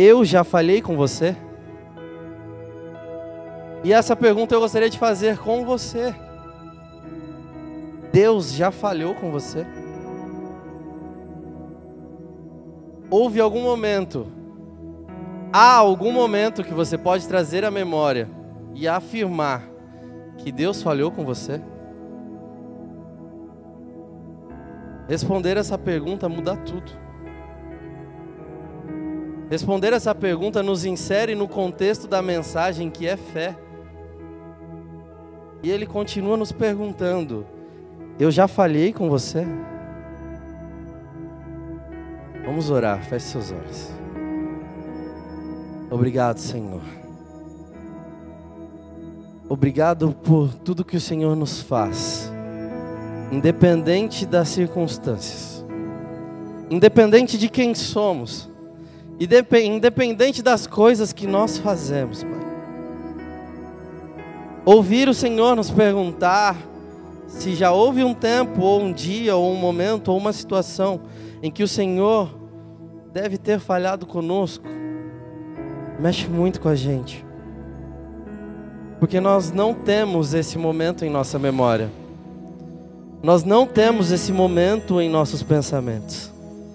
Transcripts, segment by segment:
Eu já falhei com você? E essa pergunta eu gostaria de fazer com você. Deus já falhou com você? Houve algum momento, há algum momento que você pode trazer à memória e afirmar que Deus falhou com você? Responder essa pergunta muda tudo. Responder essa pergunta nos insere no contexto da mensagem que é fé. E ele continua nos perguntando: eu já falhei com você? Vamos orar, feche seus olhos. Obrigado, Senhor. Obrigado por tudo que o Senhor nos faz, independente das circunstâncias, independente de quem somos, independente das coisas que nós fazemos, Pai. Ouvir o Senhor nos perguntar se já houve um tempo, ou um dia, ou um momento, ou uma situação em que o Senhor deve ter falhado conosco, mexe muito com a gente, porque nós não temos esse momento em nossa memória, nós não temos esse momento em nossos pensamentos.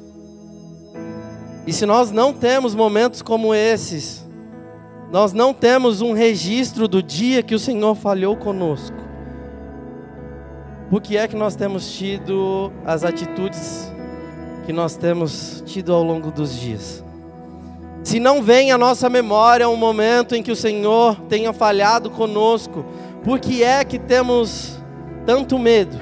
E se nós não temos momentos como esses, nós não temos um registro do dia que o Senhor falhou conosco, por que é que nós temos tido as atitudes que nós temos tido ao longo dos dias? Se não vem à nossa memória um momento em que o Senhor tenha falhado conosco, por que é que temos tanto medo?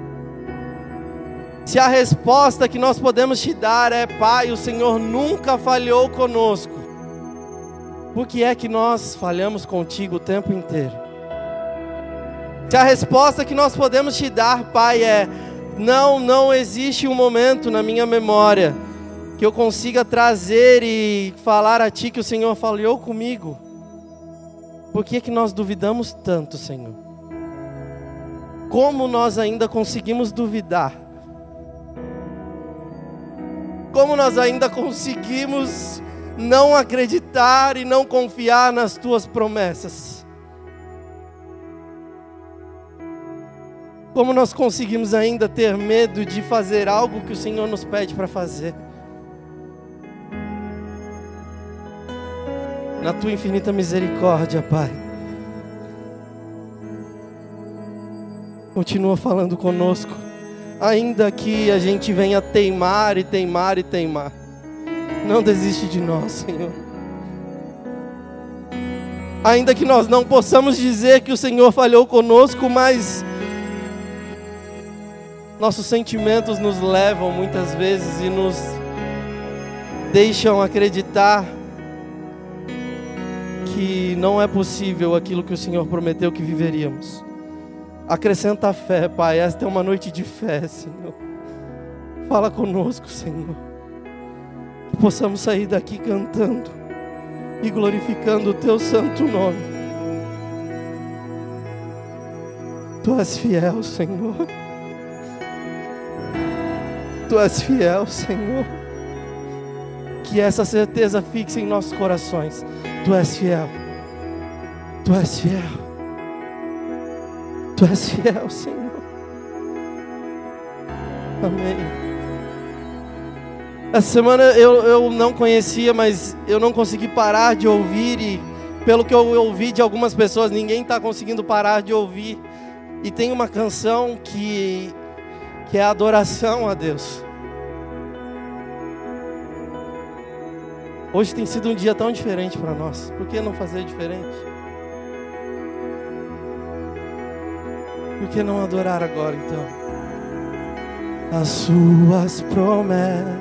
Se a resposta que nós podemos te dar é: Pai, o Senhor nunca falhou conosco, por que é que nós falhamos contigo o tempo inteiro? Se a resposta que nós podemos te dar, Pai, é: não existe um momento na minha memória que eu consiga trazer e falar a Ti que o Senhor falhou comigo, por que é que nós duvidamos tanto, Senhor? Como nós ainda conseguimos duvidar? Como nós ainda conseguimos não acreditar e não confiar nas Tuas promessas? Como nós conseguimos ainda ter medo de fazer algo que o Senhor nos pede para fazer? Na Tua infinita misericórdia, Pai, continua falando conosco, ainda que a gente venha teimar e teimar e teimar. Não desiste de nós, Senhor. Ainda que nós não possamos dizer que o Senhor falhou conosco, mas nossos sentimentos nos levam muitas vezes e nos deixam acreditar que não é possível aquilo que o Senhor prometeu que viveríamos. Acrescenta a fé, Pai. Esta é uma noite de fé, Senhor. Fala conosco, Senhor. Que possamos sair daqui cantando e glorificando o Teu santo nome. Tu és fiel, Senhor. Tu és fiel, Senhor. Que essa certeza fixe em nossos corações. Tu és fiel. Tu és fiel. Tu és fiel, Senhor. Amém. Essa semana eu não conhecia, mas eu não consegui parar de ouvir. E pelo que eu ouvi de algumas pessoas, ninguém está conseguindo parar de ouvir. E tem uma canção que é a adoração a Deus. Hoje tem sido um dia tão diferente para nós. Por que não fazer diferente? Por que não adorar agora, então? As suas promessas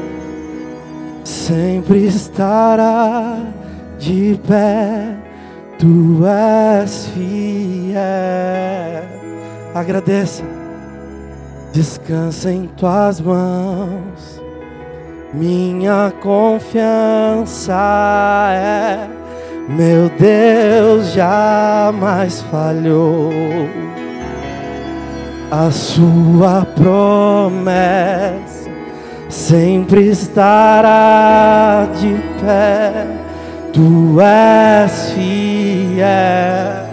sempre estará de pé. Tu és fiel. Agradeça. Descansa em Tuas mãos. Minha confiança é, meu Deus jamais falhou. A Sua promessa sempre estará de pé. Tu és fiel.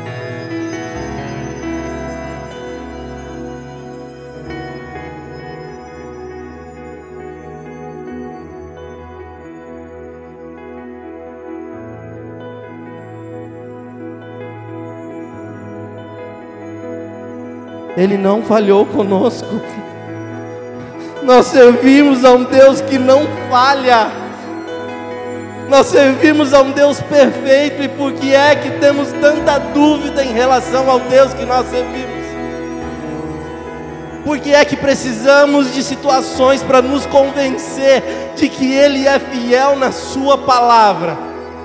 Ele não falhou conosco. Nós servimos a um Deus que não falha. Nós servimos a um Deus perfeito. E por que é que temos tanta dúvida em relação ao Deus que nós servimos? Por que é que precisamos de situações para nos convencer de que Ele é fiel na sua palavra?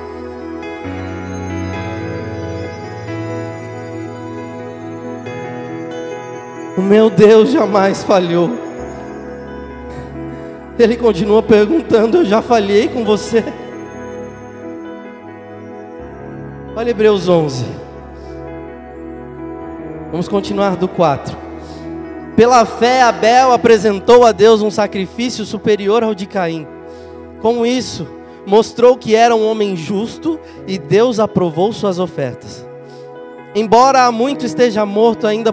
O meu Deus jamais falhou. Ele continua perguntando: eu já falhei com você? Olha Hebreus 11. Vamos continuar do 4. Pela fé Abel apresentou a Deus um sacrifício superior ao de Caim. Com isso, mostrou que era um homem justo e Deus aprovou suas ofertas. Embora há muito esteja morto, ainda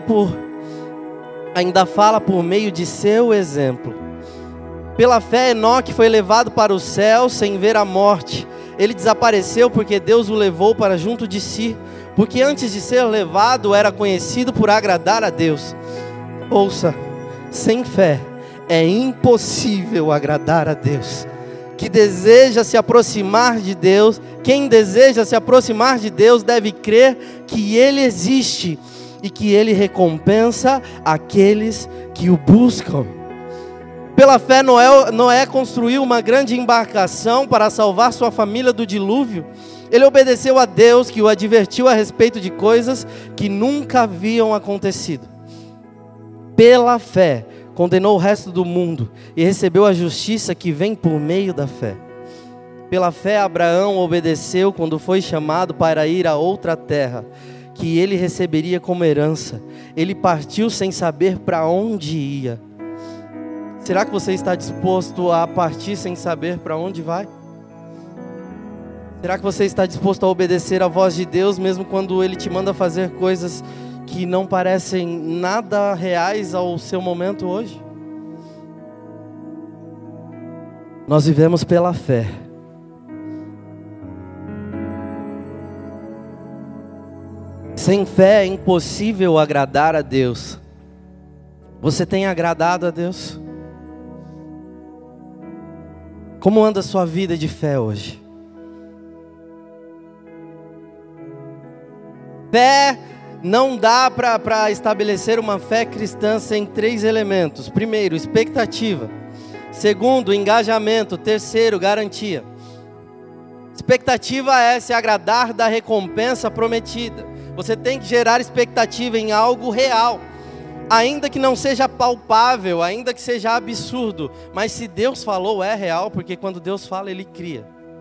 fala por meio de seu exemplo. Pela fé Enoque foi levado para o céu sem ver a morte. Ele desapareceu porque Deus o levou para junto de si, porque antes de ser levado era conhecido por agradar a Deus. Ouça, sem fé é impossível agradar a Deus. Quem deseja se aproximar de Deus deve crer que Ele existe e que Ele recompensa aqueles que o buscam. Pela fé Noé construiu uma grande embarcação para salvar sua família do dilúvio. Ele obedeceu a Deus, que o advertiu a respeito de coisas que nunca haviam acontecido. Pela fé condenou o resto do mundo e recebeu a justiça que vem por meio da fé. Pela fé Abraão obedeceu quando foi chamado para ir a outra terra, que ele receberia como herança. Ele partiu sem saber para onde ia. Será que você está disposto a partir sem saber para onde vai? Será que você está disposto a obedecer à voz de Deus, mesmo quando Ele te manda fazer coisas que não parecem nada reais ao seu momento hoje? Nós vivemos pela fé. Sem fé é impossível agradar a Deus. Você tem agradado a Deus? Como anda a sua vida de fé hoje? Fé, não dá para estabelecer uma fé cristã sem 3 elementos. Primeiro, expectativa. Segundo, engajamento. Terceiro, garantia. Expectativa é se agradar da recompensa prometida. Você tem que gerar expectativa em algo real. Ainda que não seja palpável, ainda que seja absurdo, mas se Deus falou, é real, porque quando Deus fala, Ele cria.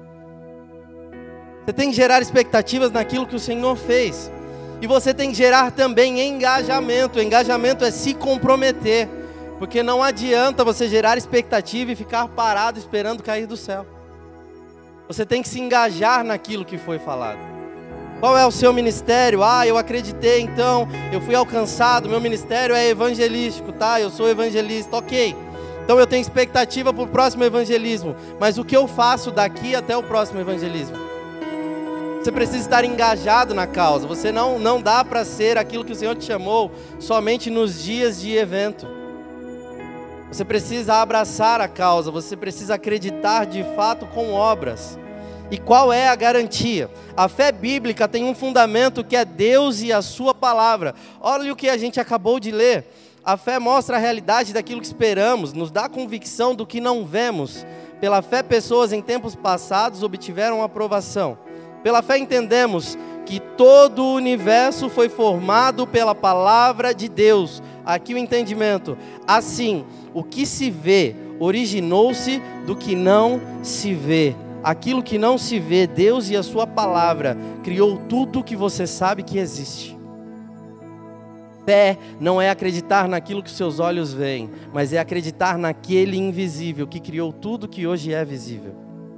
Você tem que gerar expectativas naquilo que o Senhor fez. E você tem que gerar também engajamento. Engajamento é se comprometer, porque não adianta você gerar expectativa e ficar parado esperando cair do céu. Você tem que se engajar naquilo que foi falado. Qual é o seu ministério? Eu acreditei, então eu fui alcançado, meu ministério é evangelístico, tá? Eu sou evangelista, ok. Então eu tenho expectativa para o próximo evangelismo. Mas o que eu faço daqui até o próximo evangelismo? Você precisa estar engajado na causa. Você não dá para ser aquilo que o Senhor te chamou somente nos dias de evento. Você precisa abraçar a causa, você precisa acreditar de fato com obras. E qual é a garantia? A fé bíblica tem um fundamento que é Deus e a sua palavra. Olha o que a gente acabou de ler. A fé mostra a realidade daquilo que esperamos, nos dá convicção do que não vemos. Pela fé, pessoas em tempos passados obtiveram aprovação. Pela fé entendemos que todo o universo foi formado pela palavra de Deus. Aqui o entendimento. Assim, o que se vê originou-se do que não se vê. Aquilo que não se vê, Deus e a sua palavra criou tudo que você sabe que existe. Fé não é acreditar naquilo que os seus olhos veem, mas é acreditar naquele invisível que criou tudo que hoje é visível.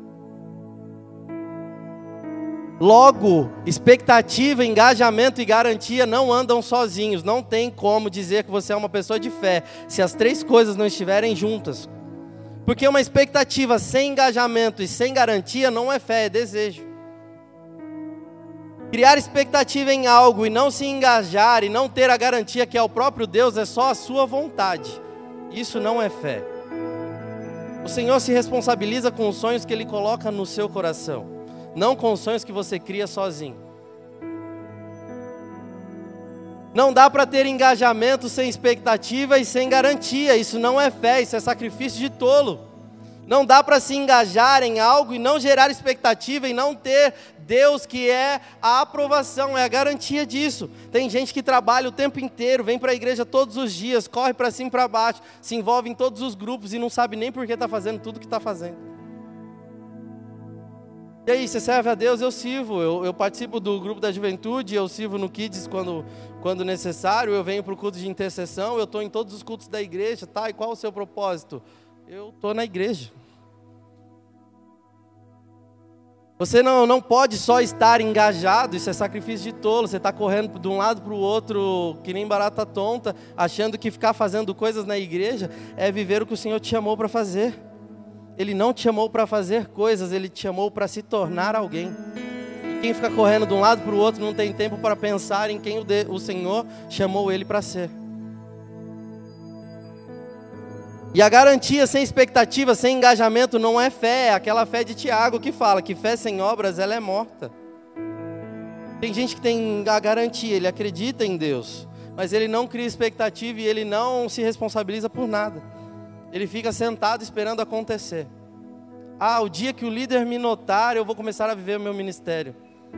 Logo, expectativa, engajamento e garantia não andam sozinhos. Não tem como dizer que você é uma pessoa de fé se as três coisas não estiverem juntas. Porque uma expectativa sem engajamento e sem garantia não é fé, é desejo. Criar expectativa em algo e não se engajar e não ter a garantia que é o próprio Deus é só a sua vontade. Isso não é fé. O Senhor se responsabiliza com os sonhos que Ele coloca no seu coração, não com os sonhos que você cria sozinho. Não dá para ter engajamento sem expectativa e sem garantia. Isso não é fé, isso é sacrifício de tolo. Não dá para se engajar em algo e não gerar expectativa e não ter Deus que é a aprovação, é a garantia disso. Tem gente que trabalha o tempo inteiro, vem para a igreja todos os dias, corre para cima e para baixo, se envolve em todos os grupos e não sabe nem por que está fazendo tudo o que está fazendo. E aí, você serve a Deus? Eu sirvo, eu participo do grupo da juventude, eu sirvo no Kids quando necessário, eu venho para o culto de intercessão, eu estou em todos os cultos da igreja, tá? E qual o seu propósito? Eu estou na igreja. Você não pode só estar engajado, isso é sacrifício de tolo, você está correndo de um lado para o outro, que nem barata tonta, achando que ficar fazendo coisas na igreja é viver o que o Senhor te chamou para fazer. Ele não te chamou para fazer coisas, Ele te chamou para se tornar alguém. E quem fica correndo de um lado para o outro não tem tempo para pensar em quem o Senhor chamou ele para ser. E a garantia sem expectativa, sem engajamento não é fé, é aquela fé de Tiago que fala que fé sem obras ela é morta. Tem gente que tem a garantia, ele acredita em Deus, mas ele não cria expectativa e ele não se responsabiliza por nada. Ele fica sentado esperando acontecer. Ah, o dia que o líder me notar, eu vou começar a viver o meu ministério.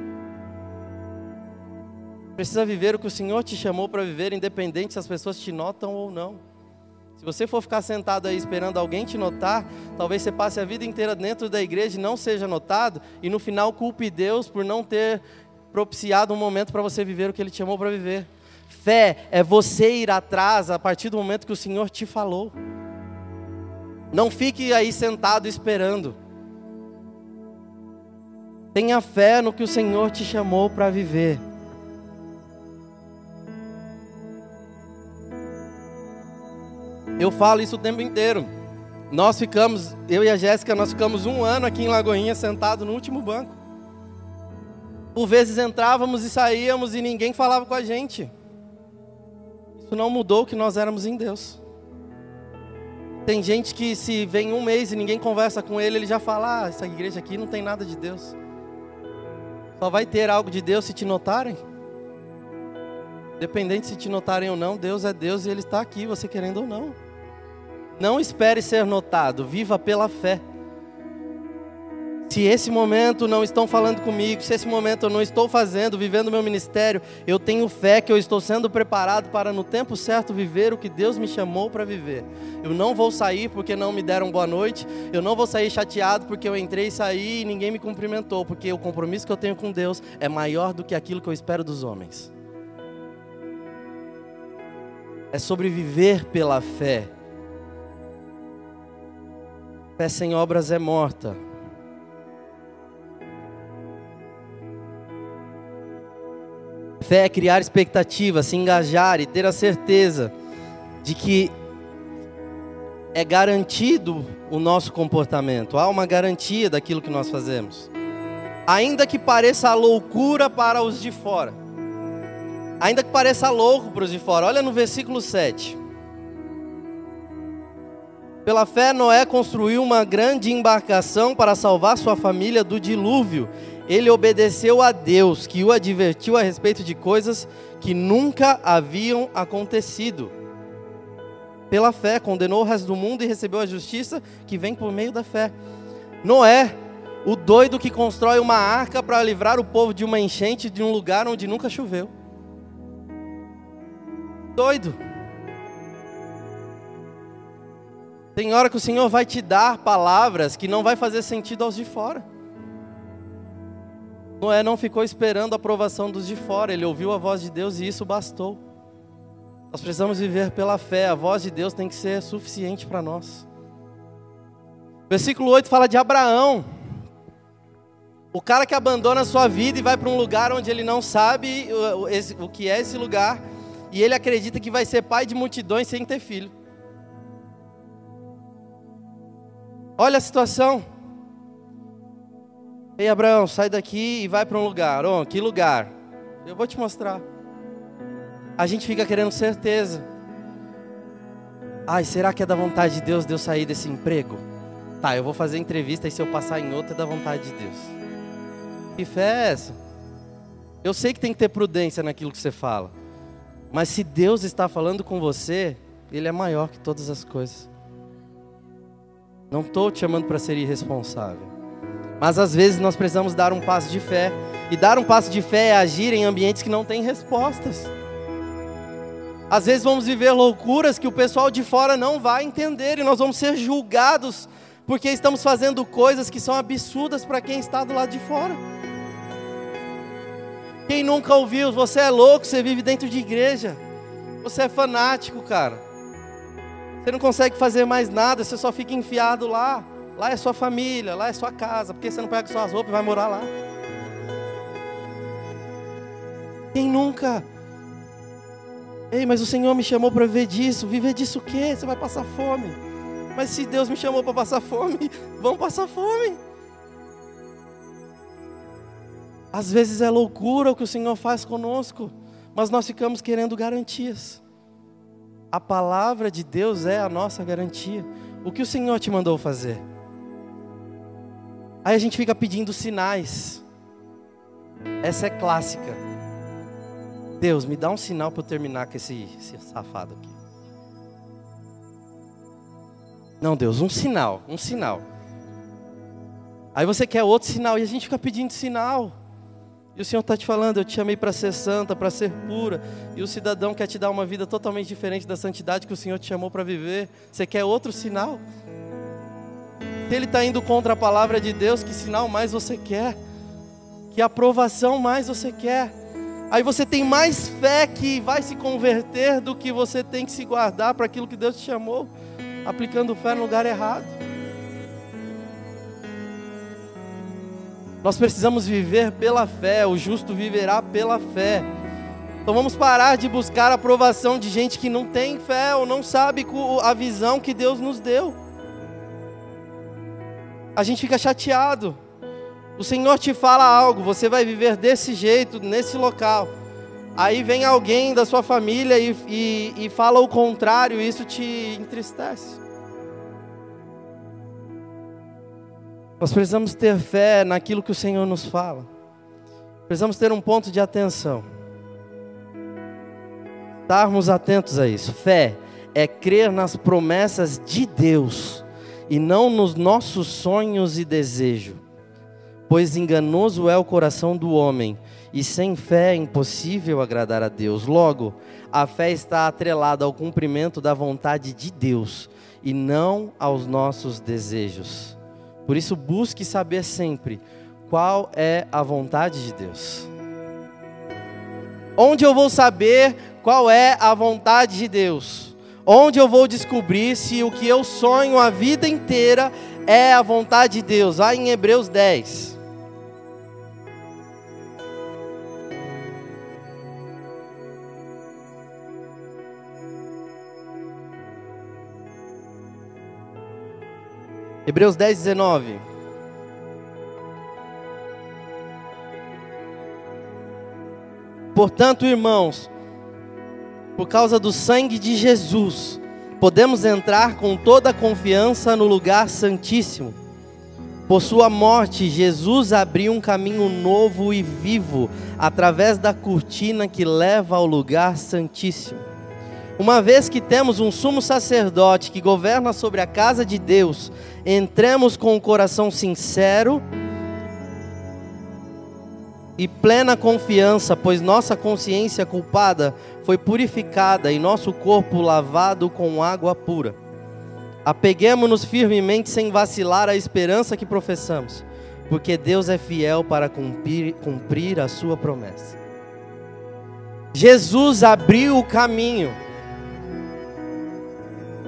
Precisa viver o que o Senhor te chamou para viver, independente se as pessoas te notam ou não. Se você for ficar sentado aí esperando alguém te notar, talvez você passe a vida inteira dentro da igreja e não seja notado, e no final culpe Deus por não ter propiciado um momento para você viver o que Ele te chamou para viver. Fé é você ir atrás a partir do momento que o Senhor te falou. Não fique aí sentado esperando. Tenha fé no que o Senhor te chamou para viver. Eu falo isso o tempo inteiro. Eu e a Jéssica, nós ficamos 1 ano aqui em Lagoinha, sentado no último banco. Por vezes entrávamos e saíamos e ninguém falava com a gente. Isso não mudou o que nós éramos em Deus. Tem gente que se vem 1 mês e ninguém conversa com ele, ele já fala, essa igreja aqui não tem nada de Deus. Só vai ter algo de Deus se te notarem. Independente se te notarem ou não, Deus é Deus e Ele está aqui, você querendo ou não. Não espere ser notado, viva pela fé. Se esse momento não estão falando comigo, se esse momento eu não estou vivendo o meu ministério, eu tenho fé que eu estou sendo preparado para no tempo certo viver o que Deus me chamou para viver. Eu não vou sair porque não me deram boa noite, eu não vou sair chateado porque eu entrei e saí e ninguém me cumprimentou, porque o compromisso que eu tenho com Deus é maior do que aquilo que eu espero dos homens. É sobre viver pela fé. Fé sem obras é morta. Fé é criar expectativa, se engajar e ter a certeza de que é garantido o nosso comportamento. Há uma garantia daquilo que nós fazemos. Ainda que pareça loucura para os de fora. Ainda que pareça louco para os de fora. Olha no versículo 7. Pela fé, Noé construiu uma grande embarcação para salvar sua família do dilúvio. Ele obedeceu a Deus, que o advertiu a respeito de coisas que nunca haviam acontecido. Pela fé, condenou o resto do mundo e recebeu a justiça que vem por meio da fé. Noé, o doido que constrói uma arca para livrar o povo de uma enchente de um lugar onde nunca choveu. Doido. Tem hora que o Senhor vai te dar palavras que não vai fazer sentido aos de fora. Noé não ficou esperando a aprovação dos de fora, ele ouviu a voz de Deus e isso bastou. Nós precisamos viver pela fé. A voz de Deus tem que ser suficiente para nós. Versículo 8 fala de Abraão. O cara que abandona a sua vida e vai para um lugar onde ele não sabe o que é esse lugar. E ele acredita que vai ser pai de multidões sem ter filho. Olha a situação. Ei, Abraão, sai daqui e vai para um lugar. Oh, que lugar? Eu vou te mostrar. A gente fica querendo certeza. Ai, será que é da vontade de Deus sair desse emprego? Tá, eu vou fazer entrevista e se eu passar em outra é da vontade de Deus. Que fé é essa? Eu sei que tem que ter prudência naquilo que você fala. Mas se Deus está falando com você, Ele é maior que todas as coisas. Não estou te chamando para ser irresponsável. Mas às vezes nós precisamos dar um passo de fé. E dar um passo de fé é agir em ambientes que não têm respostas. Às vezes vamos viver loucuras que o pessoal de fora não vai entender. E nós vamos ser julgados porque estamos fazendo coisas que são absurdas para quem está do lado de fora. Quem nunca ouviu, você é louco, você vive dentro de igreja. Você é fanático, cara. Você não consegue fazer mais nada, você só fica enfiado lá. Lá é sua família, lá é sua casa. Por que você não pega suas roupas e vai morar lá? Quem nunca? Ei, mas o Senhor me chamou para viver disso. Viver disso o quê? Você vai passar fome. Mas se Deus me chamou para passar fome, vamos passar fome. Às vezes é loucura o que o Senhor faz conosco, mas nós ficamos querendo garantias. A palavra de Deus é a nossa garantia. O que o Senhor te mandou fazer? Aí a gente fica pedindo sinais. Essa é clássica. Deus, me dá um sinal para eu terminar com esse safado aqui. Não, Deus, um sinal. Aí você quer outro sinal e a gente fica pedindo sinal. E o Senhor está te falando, eu te chamei para ser santa, para ser pura. E o cidadão quer te dar uma vida totalmente diferente da santidade que o Senhor te chamou para viver. Você quer outro sinal? Se ele está indo contra a palavra de Deus, que sinal mais você quer? Que aprovação mais você quer? Aí você tem mais fé que vai se converter do que você tem que se guardar para aquilo que Deus te chamou, aplicando fé no lugar errado. Nós precisamos viver pela fé, o justo viverá pela fé. Então vamos parar de buscar a aprovação de gente que não tem fé ou não sabe a visão que Deus nos deu. A gente fica chateado. O Senhor te fala algo, você vai viver desse jeito, nesse local. Aí vem alguém da sua família e fala o contrário, e isso te entristece. Nós precisamos ter fé naquilo que o Senhor nos fala. Precisamos ter um ponto de atenção. Estarmos atentos a isso. Fé é crer nas promessas de Deus e não nos nossos sonhos e desejos. Pois enganoso é o coração do homem, e sem fé é impossível agradar a Deus. Logo, a fé está atrelada ao cumprimento da vontade de Deus, e não aos nossos desejos. Por isso, busque saber sempre qual é a vontade de Deus. Onde eu vou saber qual é a vontade de Deus? Onde eu vou descobrir se o que eu sonho a vida inteira é a vontade de Deus? Lá em Hebreus 10. Hebreus 10, 19. Portanto, irmãos, por causa do sangue de Jesus, podemos entrar com toda a confiança no lugar santíssimo. Por sua morte, Jesus abriu um caminho novo e vivo, através da cortina que leva ao lugar santíssimo. Uma vez que temos um sumo sacerdote que governa sobre a casa de Deus, entremos com o coração sincero e plena confiança, pois nossa consciência culpada foi purificada e nosso corpo lavado com água pura. Apeguemo-nos firmemente sem vacilar à esperança que professamos, porque Deus é fiel para cumprir a sua promessa. Jesus abriu o caminho.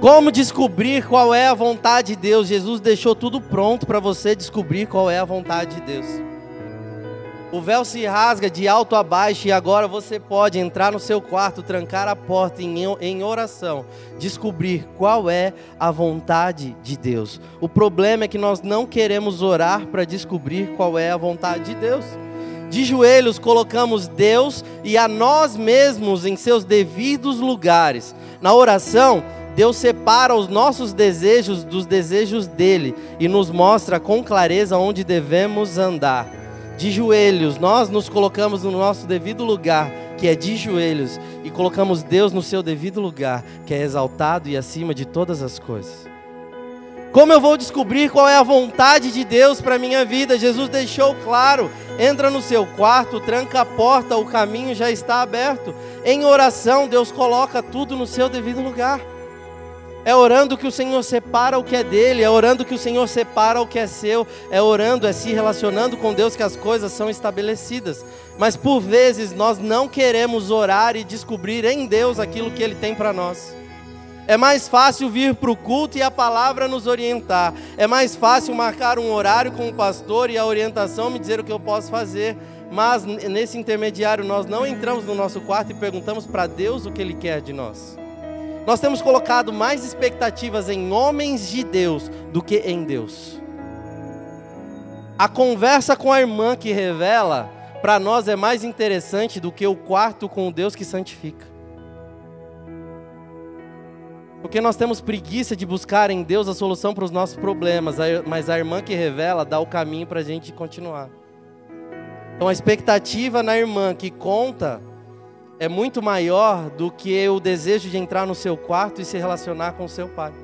Como descobrir qual é a vontade de Deus? Jesus deixou tudo pronto para você descobrir qual é a vontade de Deus. O véu se rasga de alto a baixo e agora você pode entrar no seu quarto, trancar a porta em oração, descobrir qual é a vontade de Deus. O problema é que nós não queremos orar para descobrir qual é a vontade de Deus. De joelhos colocamos Deus e a nós mesmos em seus devidos lugares. Na oração, Deus separa os nossos desejos dos desejos dele e nos mostra com clareza onde devemos andar. De joelhos, nós nos colocamos no nosso devido lugar, que é de joelhos, e colocamos Deus no seu devido lugar, que é exaltado e acima de todas as coisas. Como eu vou descobrir qual é a vontade de Deus para a minha vida? Jesus deixou claro: entra no seu quarto, tranca a porta, o caminho já está aberto. Em oração, Deus coloca tudo no seu devido lugar. É orando que o Senhor separa o que é dele, é orando que o Senhor separa o que é seu, é orando, é se relacionando com Deus que as coisas são estabelecidas. Mas por vezes nós não queremos orar e descobrir em Deus aquilo que Ele tem para nós. É mais fácil vir para o culto e a palavra nos orientar. É mais fácil marcar um horário com o pastor e a orientação me dizer o que eu posso fazer. Mas nesse intermediário nós não entramos no nosso quarto e perguntamos para Deus o que Ele quer de nós. Nós temos colocado mais expectativas em homens de Deus do que em Deus. A conversa com a irmã que revela, para nós é mais interessante do que o quarto com o Deus que santifica. Porque nós temos preguiça de buscar em Deus a solução para os nossos problemas, mas a irmã que revela dá o caminho para a gente continuar. Então a expectativa na irmã que conta é muito maior do que o desejo de entrar no seu quarto e se relacionar com o seu pai.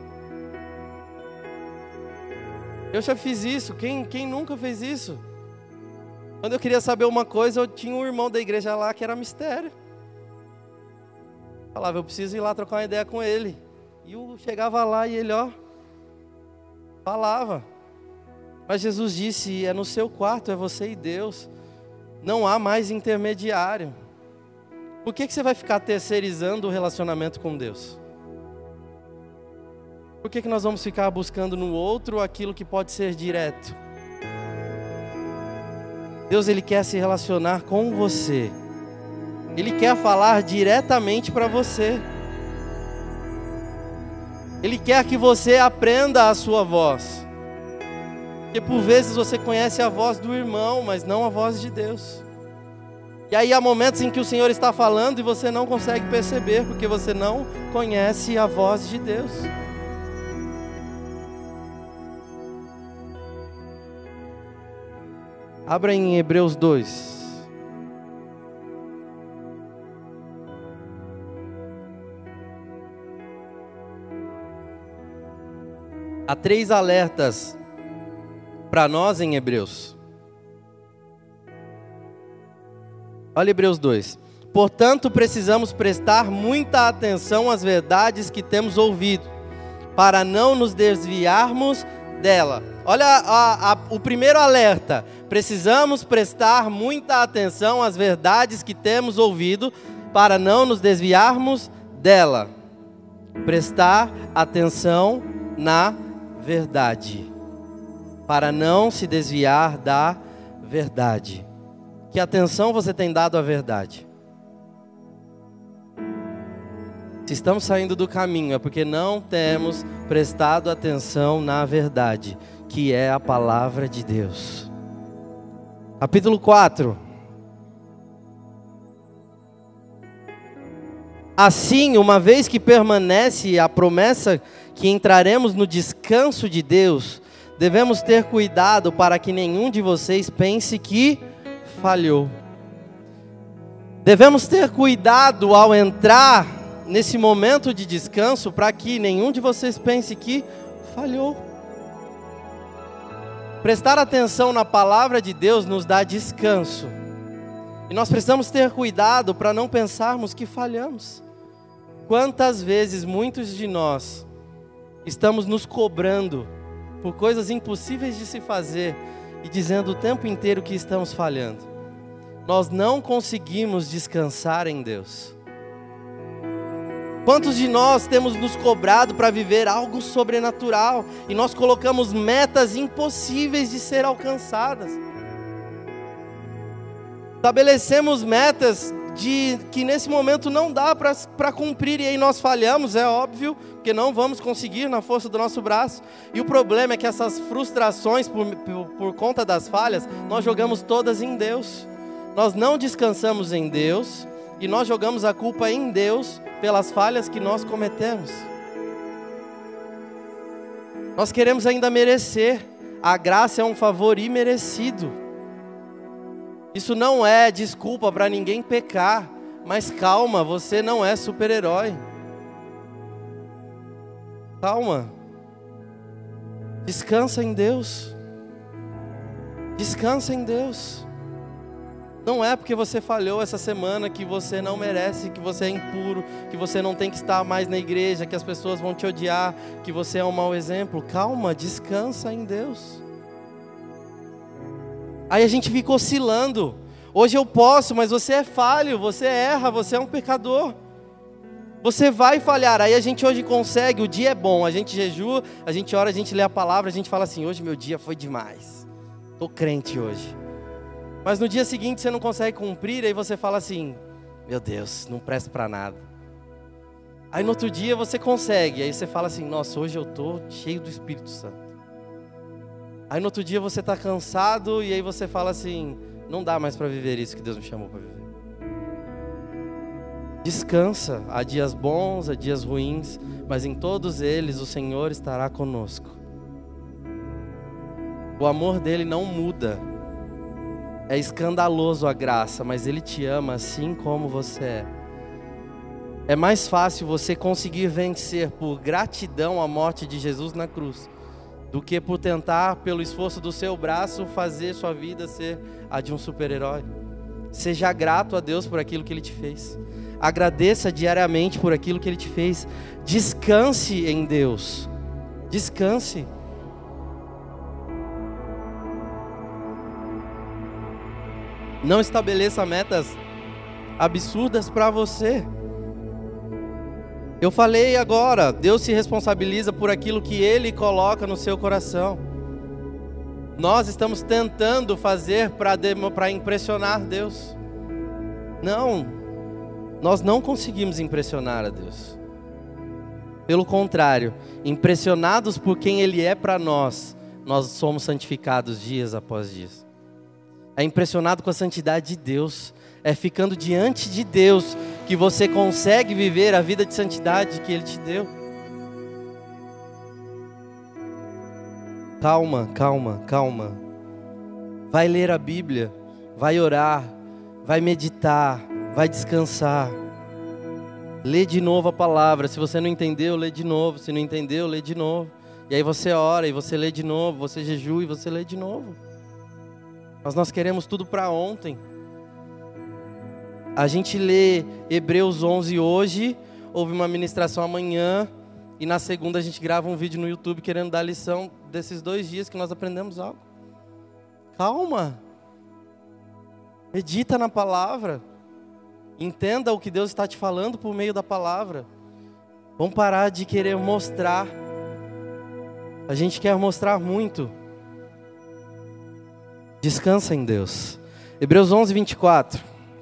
Eu já fiz isso, quem nunca fez isso? Quando eu queria saber uma coisa, eu tinha um irmão da igreja lá que era mistério. Falava, eu preciso ir lá trocar uma ideia com ele. E eu chegava lá e ele, falava. Mas Jesus disse, é no seu quarto, é você e Deus. Não há mais intermediário. Por que você vai ficar terceirizando o relacionamento com Deus? Por que nós vamos ficar buscando no outro aquilo que pode ser direto? Deus, Ele quer se relacionar com você. Ele quer falar diretamente para você. Ele quer que você aprenda a sua voz. Porque por vezes você conhece a voz do irmão, mas não a voz de Deus. E aí há momentos em que o Senhor está falando e você não consegue perceber, porque você não conhece a voz de Deus. Abra em Hebreus 2. Há 3 alertas para nós em Hebreus. Olha Hebreus 2. Portanto, precisamos prestar muita atenção às verdades que temos ouvido, para não nos desviarmos dela. Olha o primeiro alerta. Precisamos prestar muita atenção às verdades que temos ouvido, para não nos desviarmos dela. Prestar atenção na verdade, para não se desviar da verdade. Que atenção você tem dado à verdade? Se estamos saindo do caminho, é porque não temos prestado atenção na verdade, que é a palavra de Deus. Capítulo 4. Assim, uma vez que permanece a promessa que entraremos no descanso de Deus, devemos ter cuidado para que nenhum de vocês pense que falhou. Devemos ter cuidado ao entrar nesse momento de descanso para que nenhum de vocês pense que falhou. Prestar atenção na palavra de Deus nos dá descanso. E nós precisamos ter cuidado para não pensarmos que falhamos. Quantas vezes muitos de nós estamos nos cobrando por coisas impossíveis de se fazer e dizendo o tempo inteiro que estamos falhando. Nós não conseguimos descansar em Deus. Quantos de nós temos nos cobrado para viver algo sobrenatural e nós colocamos metas impossíveis de ser alcançadas? Estabelecemos metas que nesse momento não dá para cumprir, e aí nós falhamos, é óbvio, porque não vamos conseguir na força do nosso braço. E o problema é que essas frustrações por conta das falhas, nós jogamos todas em Deus. Nós não descansamos em Deus e nós jogamos a culpa em Deus pelas falhas que nós cometemos. Nós queremos ainda merecer. A graça é um favor imerecido. Isso não é desculpa para ninguém pecar, mas calma, você não é super-herói. Calma. Descansa em Deus. Descansa em Deus. Não é porque você falhou essa semana que você não merece, que você é impuro, que você não tem que estar mais na igreja, que as pessoas vão te odiar, que você é um mau exemplo. Calma, descansa em Deus. Aí a gente fica oscilando. Hoje eu posso, mas você é falho, você erra, você é um pecador. Você vai falhar. Aí a gente hoje consegue, o dia é bom, a gente jejua, a gente ora, a gente lê a palavra, a gente fala assim, hoje meu dia foi demais. Estou crente hoje. Mas no dia seguinte você não consegue cumprir, aí você fala assim, meu Deus, não presto para nada. Aí no outro dia você consegue, aí você fala assim, nossa, hoje eu estou cheio do Espírito Santo. Aí no outro dia você está cansado e aí você fala assim, não dá mais para viver isso que Deus me chamou para viver. Descansa, há dias bons, há dias ruins, mas em todos eles o Senhor estará conosco. O amor dele não muda. É escandaloso a graça, mas Ele te ama assim como você é. É mais fácil você conseguir vencer por gratidão a morte de Jesus na cruz, do que por tentar, pelo esforço do seu braço, fazer sua vida ser a de um super-herói. Seja grato a Deus por aquilo que Ele te fez. Agradeça diariamente por aquilo que Ele te fez. Descanse em Deus. Descanse. Não estabeleça metas absurdas para você. Eu falei agora, Deus se responsabiliza por aquilo que Ele coloca no seu coração. Nós estamos tentando fazer para impressionar Deus. Não, nós não conseguimos impressionar a Deus. Pelo contrário, impressionados por quem Ele é para nós, nós somos santificados dias após dias. É impressionado com a santidade de Deus. É ficando diante de Deus que você consegue viver a vida de santidade que Ele te deu. Calma, calma, calma. Vai ler a Bíblia, vai orar, vai meditar, vai descansar. Lê de novo a palavra. Se você não entendeu, lê de novo. Se não entendeu, lê de novo. E aí você ora e você lê de novo, você jejua e você lê de novo. Mas nós queremos tudo para ontem. A gente lê Hebreus 11 hoje, houve uma ministração amanhã, e na segunda a gente grava um vídeo no YouTube querendo dar lição desses 2 dias que nós aprendemos algo. Calma. Medita na palavra. Entenda o que Deus está te falando por meio da palavra. Vamos parar de querer mostrar. A gente quer mostrar muito. Descansa em Deus. Hebreus 11, 24.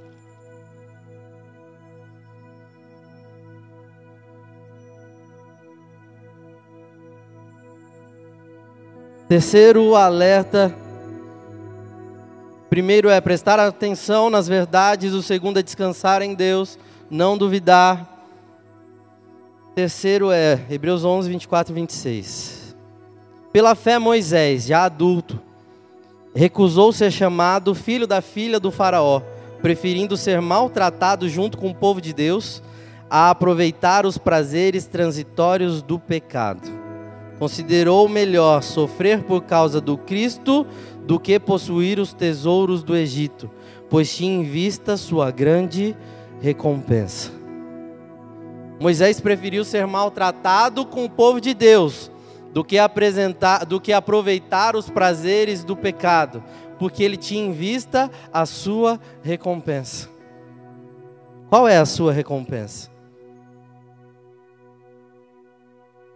Terceiro alerta. Primeiro é prestar atenção nas verdades. O segundo é descansar em Deus, não duvidar. Terceiro é Hebreus 11, 24 e 26. Pela fé Moisés, já adulto, recusou ser chamado filho da filha do faraó, preferindo ser maltratado junto com o povo de Deus, a aproveitar os prazeres transitórios do pecado. Considerou melhor sofrer por causa do Cristo do que possuir os tesouros do Egito, pois tinha em vista sua grande recompensa. Moisés preferiu ser maltratado com o povo de Deus do que aproveitar os prazeres do pecado, porque ele tinha em vista a sua recompensa. Qual é a sua recompensa?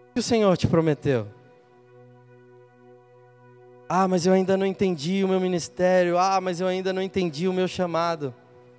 O que o Senhor te prometeu? Ah, mas eu ainda não entendi o meu ministério. Ah, mas eu ainda não entendi o meu chamado.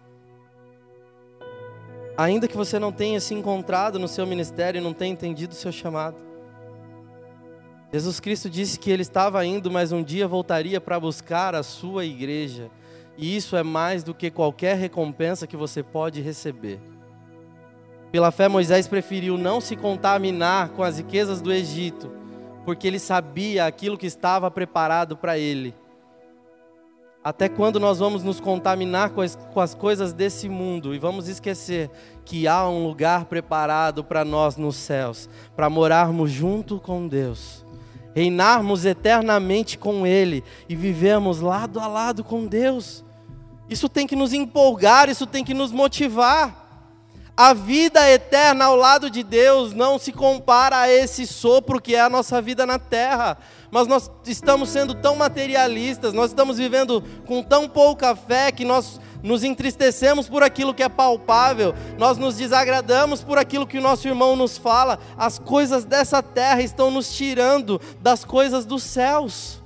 Ainda que você não tenha se encontrado no seu ministério e não tenha entendido o seu chamado, Jesus Cristo disse que Ele estava indo, mas um dia voltaria para buscar a sua igreja. E isso é mais do que qualquer recompensa que você pode receber. Pela fé, Moisés preferiu não se contaminar com as riquezas do Egito, porque ele sabia aquilo que estava preparado para ele. Até quando nós vamos nos contaminar com as coisas desse mundo e vamos esquecer que há um lugar preparado para nós nos céus, para morarmos junto com Deus, reinarmos eternamente com Ele e vivermos lado a lado com Deus? Isso tem que nos empolgar, isso tem que nos motivar. A vida eterna ao lado de Deus não se compara a esse sopro que é a nossa vida na terra. Mas nós estamos sendo tão materialistas, nós estamos vivendo com tão pouca fé que nós nos entristecemos por aquilo que é palpável, nós nos desagradamos por aquilo que o nosso irmão nos fala. As coisas dessa terra estão nos tirando das coisas dos céus.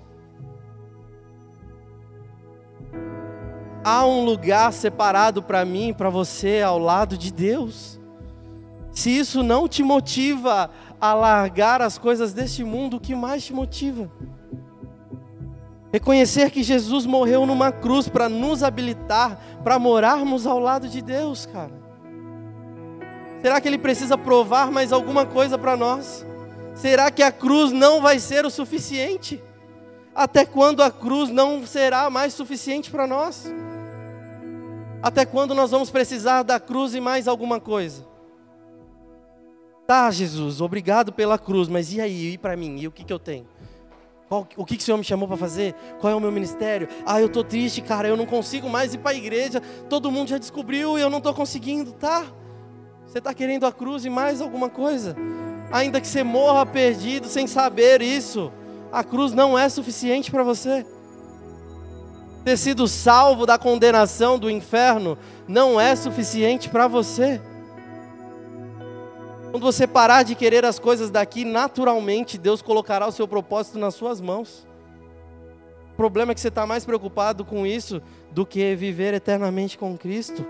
Há um lugar separado para mim e para você ao lado de Deus. Se isso não te motiva a largar as coisas deste mundo, o que mais te motiva? Reconhecer que Jesus morreu numa cruz para nos habilitar, para morarmos ao lado de Deus, cara. Será que Ele precisa provar mais alguma coisa para nós? Será que a cruz não vai ser o suficiente? Até quando a cruz não será mais suficiente para nós? Até quando nós vamos precisar da cruz e mais alguma coisa? Tá, Jesus, obrigado pela cruz, mas e aí, e para mim? E o que eu tenho? O que o Senhor me chamou para fazer? Qual é o meu ministério? Ah, eu estou triste, cara, eu não consigo mais ir para a igreja, todo mundo já descobriu e eu não estou conseguindo, tá? Você está querendo a cruz e mais alguma coisa? Ainda que você morra perdido sem saber isso, a cruz não é suficiente para você. Ter sido salvo da condenação do inferno não é suficiente para você. Quando você parar de querer as coisas daqui, naturalmente Deus colocará o seu propósito nas suas mãos. O problema é que você está mais preocupado com isso do que viver eternamente com Cristo.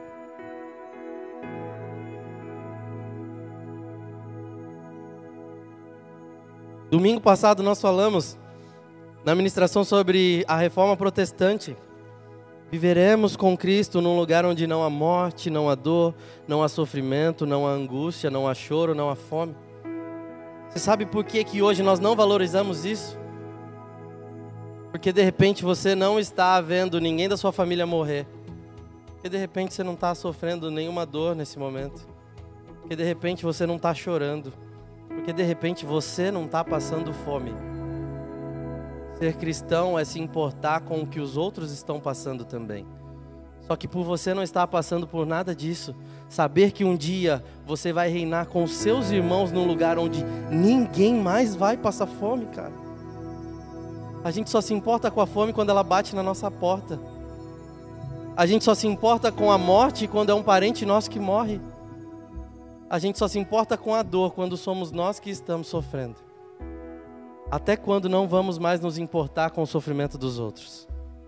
Domingo passado nós falamos na ministração sobre a reforma protestante. Viveremos com Cristo num lugar onde não há morte, não há dor, não há sofrimento, não há angústia, não há choro, não há fome. Você sabe por que hoje nós não valorizamos isso? Porque de repente você não está vendo ninguém da sua família morrer. Porque de repente você não está sofrendo nenhuma dor nesse momento. Porque de repente você não está chorando. Porque de repente você não está passando fome. Ser cristão é se importar com o que os outros estão passando também. Só que por você não estar passando por nada disso, saber que um dia você vai reinar com os seus irmãos num lugar onde ninguém mais vai passar fome, cara. A gente só se importa com a fome quando ela bate na nossa porta. A gente só se importa com a morte quando é um parente nosso que morre. A gente só se importa com a dor quando somos nós que estamos sofrendo. Até quando não vamos mais nos importar com o sofrimento dos outros?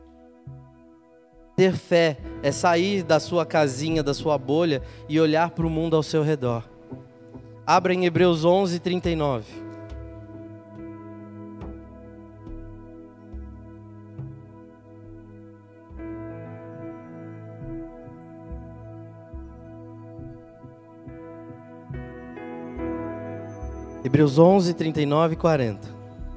Ter fé é sair da sua casinha, da sua bolha e olhar para o mundo ao seu redor. Abra em Hebreus 11, 39. Hebreus 11, 39 e 40.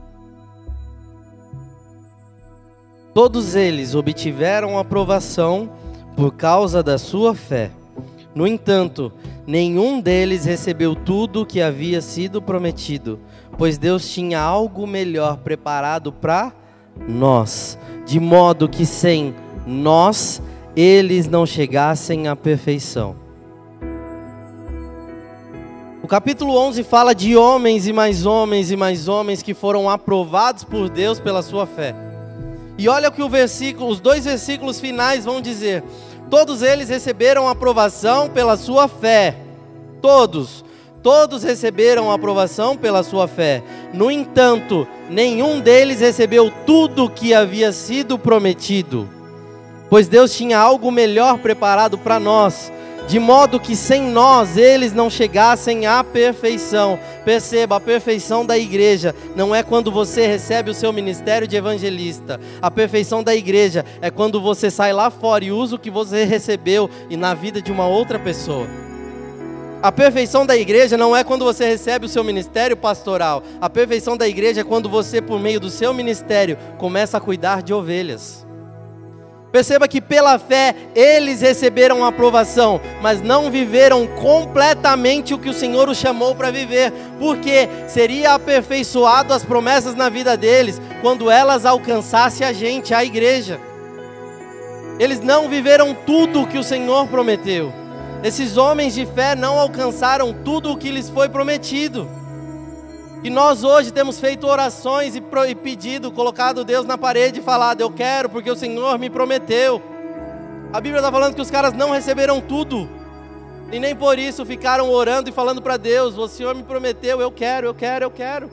Todos eles obtiveram aprovação por causa da sua fé. No entanto, nenhum deles recebeu tudo o que havia sido prometido, pois Deus tinha algo melhor preparado para nós, de modo que sem nós, eles não chegassem à perfeição. O capítulo 11 fala de homens e mais homens e mais homens que foram aprovados por Deus pela sua fé. E olha o que os dois versículos finais vão dizer. Todos eles receberam aprovação pela sua fé. Todos Todos receberam aprovação pela sua fé. No entanto, nenhum deles recebeu tudo o que havia sido prometido, pois Deus tinha algo melhor preparado para nós, de modo que sem nós eles não chegassem à perfeição. Perceba, a perfeição da igreja não é quando você recebe o seu ministério de evangelista. A perfeição da igreja é quando você sai lá fora e usa o que você recebeu e na vida de uma outra pessoa. A perfeição da igreja não é quando você recebe o seu ministério pastoral. A perfeição da igreja é quando você, por meio do seu ministério, começa a cuidar de ovelhas. Perceba que pela fé eles receberam a aprovação, mas não viveram completamente o que o Senhor os chamou para viver, porque seria aperfeiçoado as promessas na vida deles quando elas alcançassem a gente, a igreja. Eles não viveram tudo o que o Senhor prometeu. Esses homens de fé não alcançaram tudo o que lhes foi prometido. E nós hoje temos feito orações e pedido, colocado Deus na parede e falado: eu quero porque o Senhor me prometeu. A Bíblia está falando que os caras não receberam tudo, e nem por isso ficaram orando e falando para Deus: o Senhor me prometeu, eu quero, eu quero, eu quero.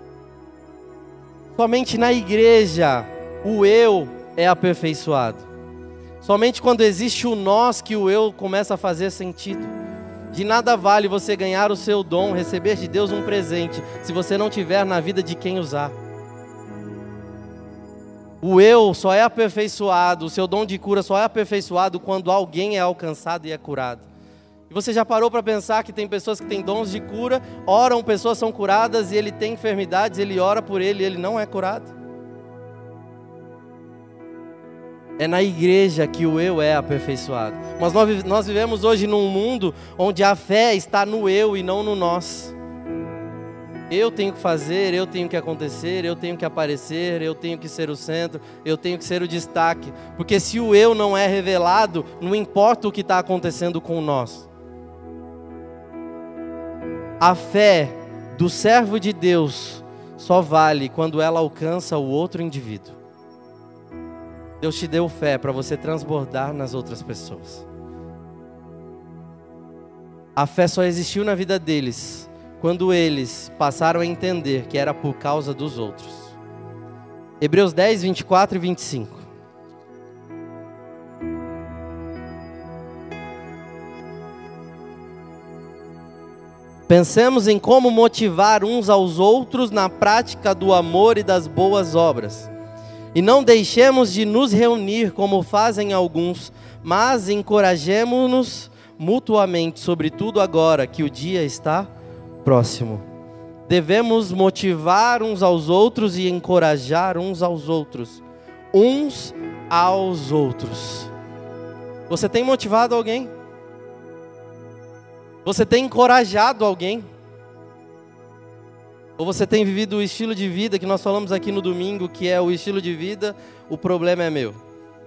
Somente na igreja o eu é aperfeiçoado. Somente quando existe o nós que o eu começa a fazer sentido. De nada vale você ganhar o seu dom, receber de Deus um presente, se você não tiver na vida de quem usar. O eu só é aperfeiçoado, o seu dom de cura só é aperfeiçoado quando alguém é alcançado e é curado. E você já parou para pensar que tem pessoas que têm dons de cura, oram, pessoas são curadas e ele tem enfermidades, ele ora por ele e ele não é curado? É na igreja que o eu é aperfeiçoado. Mas nós vivemos hoje num mundo onde a fé está no eu e não no nós. Eu tenho que fazer, eu tenho que acontecer, eu tenho que aparecer, eu tenho que ser o centro, eu tenho que ser o destaque. Porque se o eu não é revelado, não importa o que está acontecendo com nós. A fé do servo de Deus só vale quando ela alcança o outro indivíduo. Deus te deu fé para você transbordar nas outras pessoas. A fé só existiu na vida deles quando eles passaram a entender que era por causa dos outros. Hebreus 10, 24 e 25. Pensemos em como motivar uns aos outros na prática do amor e das boas obras. E não deixemos de nos reunir como fazem alguns, mas encorajemo-nos mutuamente, sobretudo agora que o dia está próximo. Devemos motivar uns aos outros e encorajar uns aos outros. Uns aos outros. Você tem motivado alguém? Você tem encorajado alguém? Ou você tem vivido o estilo de vida que nós falamos aqui no domingo, que é o estilo de vida, o problema é meu?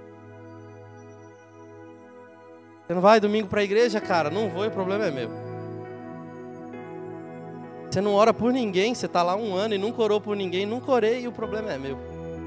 Você não vai domingo para a igreja, cara? Não vou e o problema é meu. Você não ora por ninguém, você está lá 1 ano e nunca orou por ninguém, nunca orei e o problema é meu.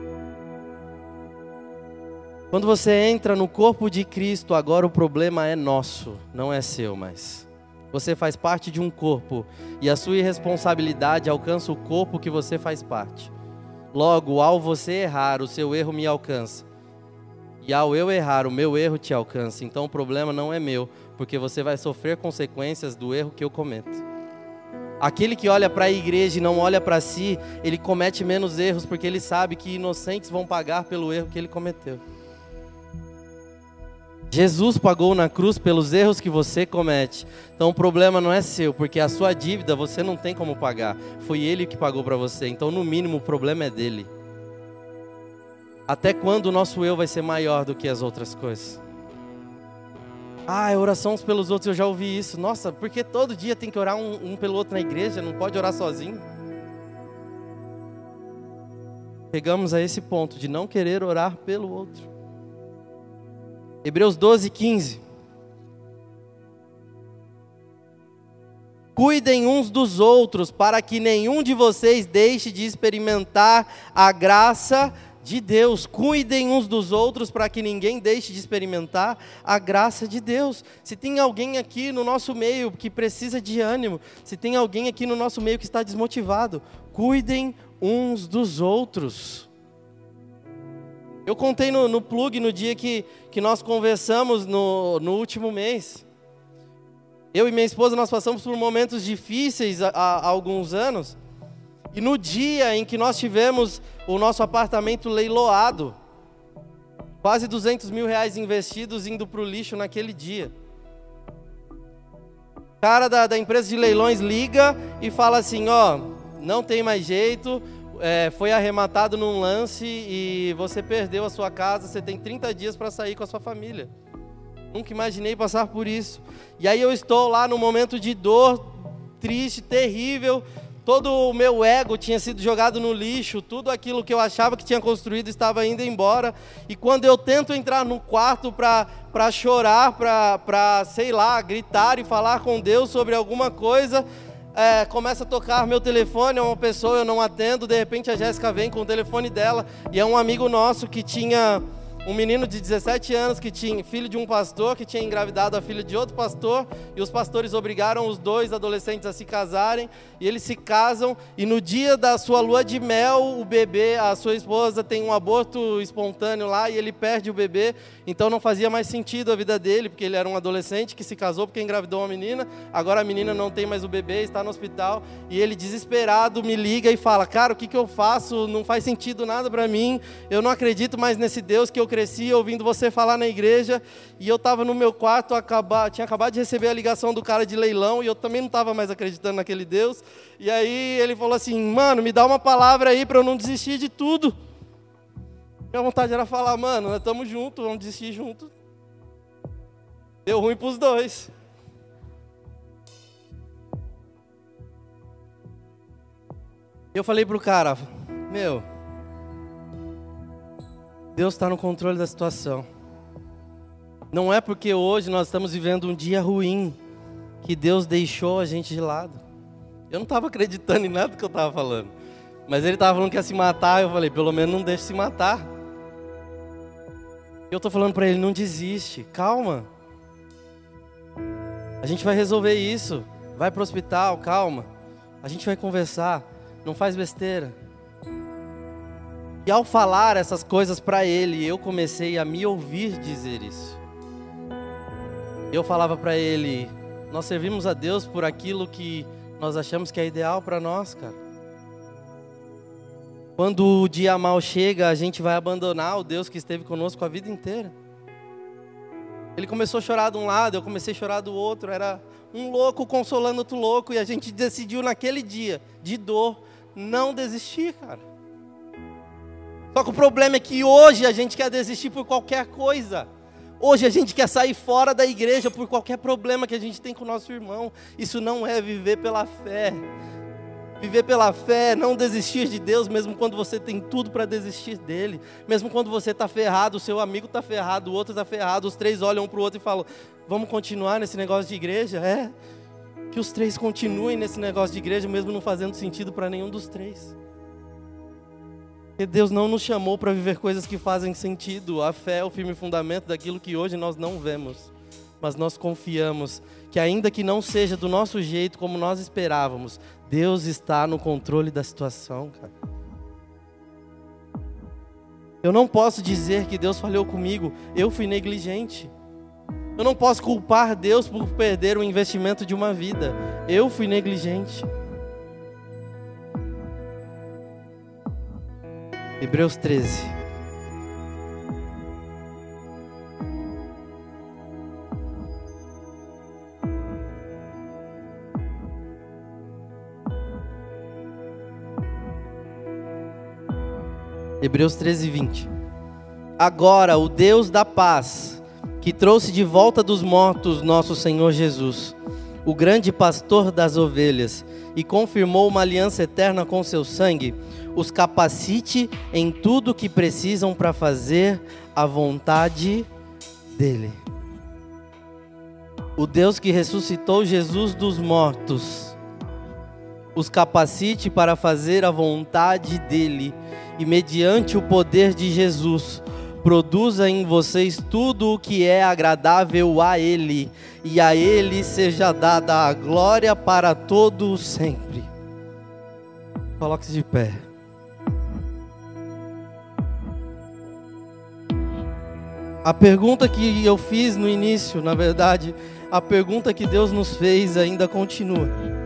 Quando você entra no corpo de Cristo, agora o problema é nosso, não é seu mais. Você faz parte de um corpo e a sua irresponsabilidade alcança o corpo que você faz parte. Logo, ao você errar, o seu erro me alcança. E ao eu errar, o meu erro te alcança. Então o problema não é meu, porque você vai sofrer consequências do erro que eu cometo. Aquele que olha para a igreja e não olha para si, ele comete menos erros, porque ele sabe que inocentes vão pagar pelo erro que ele cometeu. Jesus pagou na cruz pelos erros que você comete. Então o problema não é seu, porque a sua dívida você não tem como pagar. Foi Ele que pagou para você. Então no mínimo o problema é dele. Até quando o nosso eu vai ser maior do que as outras coisas? É oração uns pelos outros, eu já ouvi isso. Nossa, porque todo dia tem que orar um pelo outro na igreja? Não pode orar sozinho? Chegamos a esse ponto de não querer orar pelo outro. Hebreus 12, 15. Cuidem uns dos outros, para que nenhum de vocês deixe de experimentar a graça de Deus. Cuidem uns dos outros para que ninguém deixe de experimentar a graça de Deus. Se tem alguém aqui no nosso meio que precisa de ânimo, se tem alguém aqui no nosso meio que está desmotivado, cuidem uns dos outros. Eu contei no Plug no dia que nós conversamos no último mês. Eu e minha esposa, nós passamos por momentos difíceis há alguns anos. E no dia em que nós tivemos o nosso apartamento leiloado, quase 200 mil reais investidos indo para o lixo naquele dia. O cara da empresa de leilões liga e fala assim, ó, não tem mais jeito, foi arrematado num lance e você perdeu a sua casa, você tem 30 dias para sair com a sua família. Nunca imaginei passar por isso. E aí eu estou lá num momento de dor, triste, terrível. Todo o meu ego tinha sido jogado no lixo, tudo aquilo que eu achava que tinha construído estava indo embora. E quando eu tento entrar no quarto para chorar, para, sei lá, gritar e falar com Deus sobre alguma coisa, começa a tocar meu telefone, é uma pessoa, eu não atendo, de repente a Jéssica vem com o telefone dela, e é um amigo nosso que tinha um menino de 17 anos, que tinha filho de um pastor, que tinha engravidado a filha de outro pastor, e os pastores obrigaram os dois adolescentes a se casarem, e eles se casam, e no dia da sua lua de mel, o bebê, a sua esposa tem um aborto espontâneo lá, e ele perde o bebê, então não fazia mais sentido a vida dele, porque ele era um adolescente que se casou porque engravidou uma menina, agora a menina não tem mais o bebê, está no hospital, e ele desesperado me liga e fala, cara, o que eu faço? Não faz sentido nada para mim, eu não acredito mais nesse Deus que eu cresci ouvindo você falar na igreja, e eu estava no meu quarto, tinha acabado de receber a ligação do cara de leilão, e eu também não estava mais acreditando naquele Deus, e aí ele falou assim, mano, me dá uma palavra aí para eu não desistir de tudo. Minha vontade era falar, mano, nós estamos juntos, vamos desistir juntos. Deu ruim para os dois. Eu falei pro cara, meu, Deus está no controle da situação. Não é porque hoje nós estamos vivendo um dia ruim que Deus deixou a gente de lado. Eu não estava acreditando em nada que eu estava falando. Mas ele estava falando que ia se matar, eu falei, pelo menos não deixe se matar. Eu estou falando para ele, não desiste, calma. A gente vai resolver isso. Vai para o hospital, calma. A gente vai conversar, não faz besteira. E ao falar essas coisas para ele, eu comecei a me ouvir dizer isso. Eu falava para ele, nós servimos a Deus por aquilo que nós achamos que é ideal para nós, cara. Quando o dia mal chega, a gente vai abandonar o Deus que esteve conosco a vida inteira. Ele começou a chorar de um lado, eu comecei a chorar do outro, era um louco consolando outro louco, e a gente decidiu naquele dia, de dor, não desistir, cara. Só que o problema é que hoje a gente quer desistir por qualquer coisa. Hoje a gente quer sair fora da igreja por qualquer problema que a gente tem com o nosso irmão. Isso não é viver pela fé. Viver pela fé é não desistir de Deus, mesmo quando você tem tudo para desistir dele. Mesmo quando você está ferrado, o seu amigo está ferrado, o outro está ferrado, os três olham um para o outro e falam, vamos continuar nesse negócio de igreja? Que os três continuem nesse negócio de igreja, mesmo não fazendo sentido para nenhum dos três. Porque Deus não nos chamou para viver coisas que fazem sentido. A fé é o firme fundamento daquilo que hoje nós não vemos. Mas nós confiamos que ainda que não seja do nosso jeito como nós esperávamos, Deus está no controle da situação, cara. Eu não posso dizer que Deus falhou comigo, eu fui negligente. Eu não posso culpar Deus por perder o investimento de uma vida, eu fui negligente. Hebreus 13. Hebreus 13, 20. Agora o Deus da paz, que trouxe de volta dos mortos nosso Senhor Jesus, o grande pastor das ovelhas, e confirmou uma aliança eterna com seu sangue, os capacite em tudo o que precisam para fazer a vontade dele. O Deus que ressuscitou Jesus dos mortos, os capacite para fazer a vontade dele. e mediante o poder de Jesus, produza em vocês tudo o que é agradável a Ele, e a Ele seja dada a glória para todo sempre. Coloque-se de pé. A pergunta que eu fiz no início, na verdade, a pergunta que Deus nos fez ainda continua.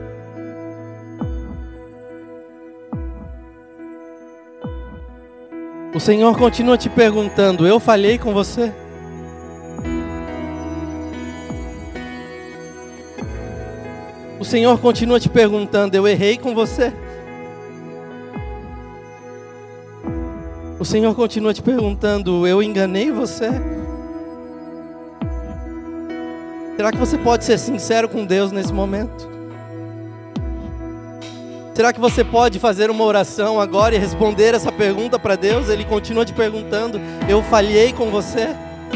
O Senhor continua te perguntando: eu falhei com você? O Senhor continua te perguntando: eu errei com você? O Senhor continua te perguntando: eu enganei você? Será que você pode ser sincero com Deus nesse momento? Será que você pode fazer uma oração agora e responder essa pergunta para Deus? Ele continua te perguntando: eu falhei com você?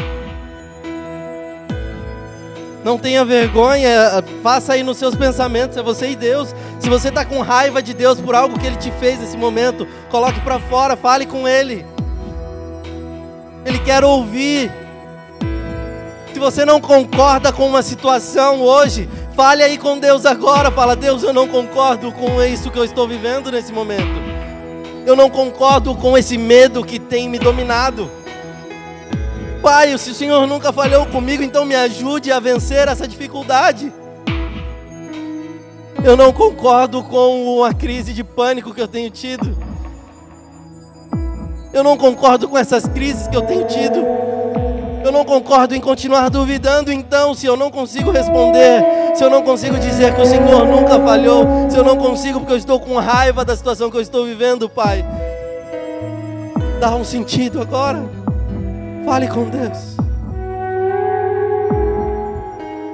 Não tenha vergonha, faça aí nos seus pensamentos, é você e Deus. Se você está com raiva de Deus por algo que Ele te fez nesse momento, coloque para fora, fale com Ele. Ele quer ouvir. Se você não concorda com uma situação hoje, fale aí com Deus agora. Fala: Deus, eu não concordo com isso que eu estou vivendo nesse momento. Eu não concordo com esse medo que tem me dominado. Pai, se o Senhor nunca falhou comigo, então me ajude a vencer essa dificuldade. Eu não concordo com a crise de pânico que eu tenho tido. Eu não concordo com essas crises que eu tenho tido. Eu não concordo em continuar duvidando. Então, se eu não consigo responder, se eu não consigo dizer que o Senhor nunca falhou, se eu não consigo porque eu estou com raiva da situação que eu estou vivendo, Pai, dá um sentido agora. Fale com Deus.